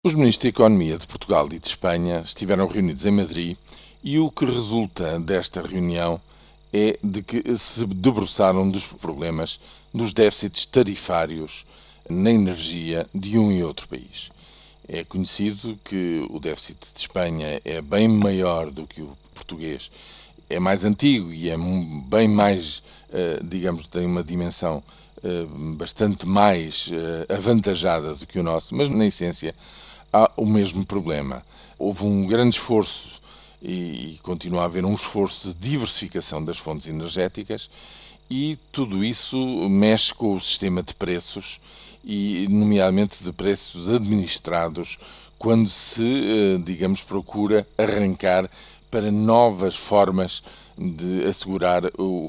Os ministros da Economia de Portugal e de Espanha estiveram reunidos em Madrid e o que resulta desta reunião é de que se debruçaram dos problemas dos déficits tarifários na energia de um e outro país. É conhecido que o déficit de Espanha é bem maior do que o português, é mais antigo e é bem mais, digamos, tem uma dimensão bastante mais avantajada do que o nosso, mas na essência há o mesmo problema. Houve um grande esforço e continua a haver um esforço de diversificação das fontes energéticas e tudo isso mexe com o sistema de preços e, nomeadamente, de preços administrados quando se, digamos, procura arrancar para novas formas de assegurar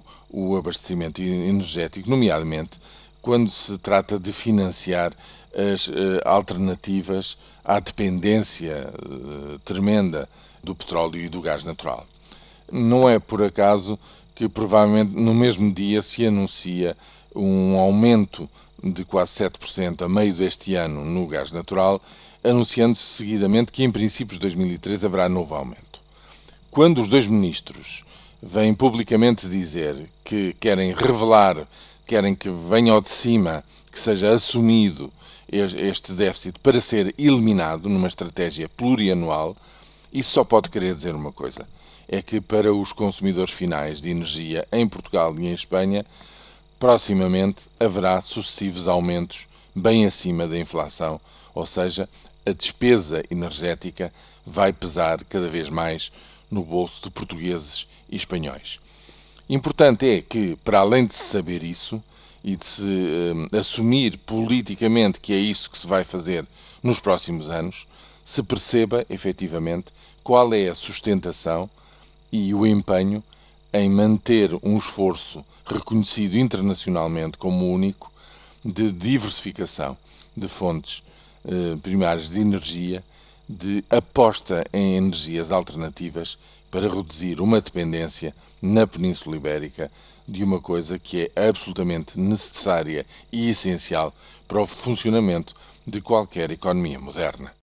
o abastecimento energético, nomeadamente quando se trata de financiar as alternativas à dependência tremenda do petróleo e do gás natural. Não é por acaso que provavelmente no mesmo dia se anuncia um aumento de quase 7% a meio deste ano no gás natural, anunciando-se seguidamente que em princípios de 2013 haverá novo aumento. Quando os dois ministros vêm publicamente dizer que querem revelar, querem que venha ao de cima, que seja assumido este déficit para ser eliminado numa estratégia plurianual, isso só pode querer dizer uma coisa: é que para os consumidores finais de energia em Portugal e em Espanha, proximamente haverá sucessivos aumentos bem acima da inflação, ou seja, a despesa energética vai pesar cada vez mais no bolso de portugueses e espanhóis. Importante é que, para além de se saber isso e de se assumir politicamente que é isso que se vai fazer nos próximos anos, se perceba efetivamente qual é a sustentação e o empenho em manter um esforço reconhecido internacionalmente como único de diversificação de fontes primárias de energia, de aposta em energias alternativas para reduzir uma dependência na Península Ibérica de uma coisa que é absolutamente necessária e essencial para o funcionamento de qualquer economia moderna.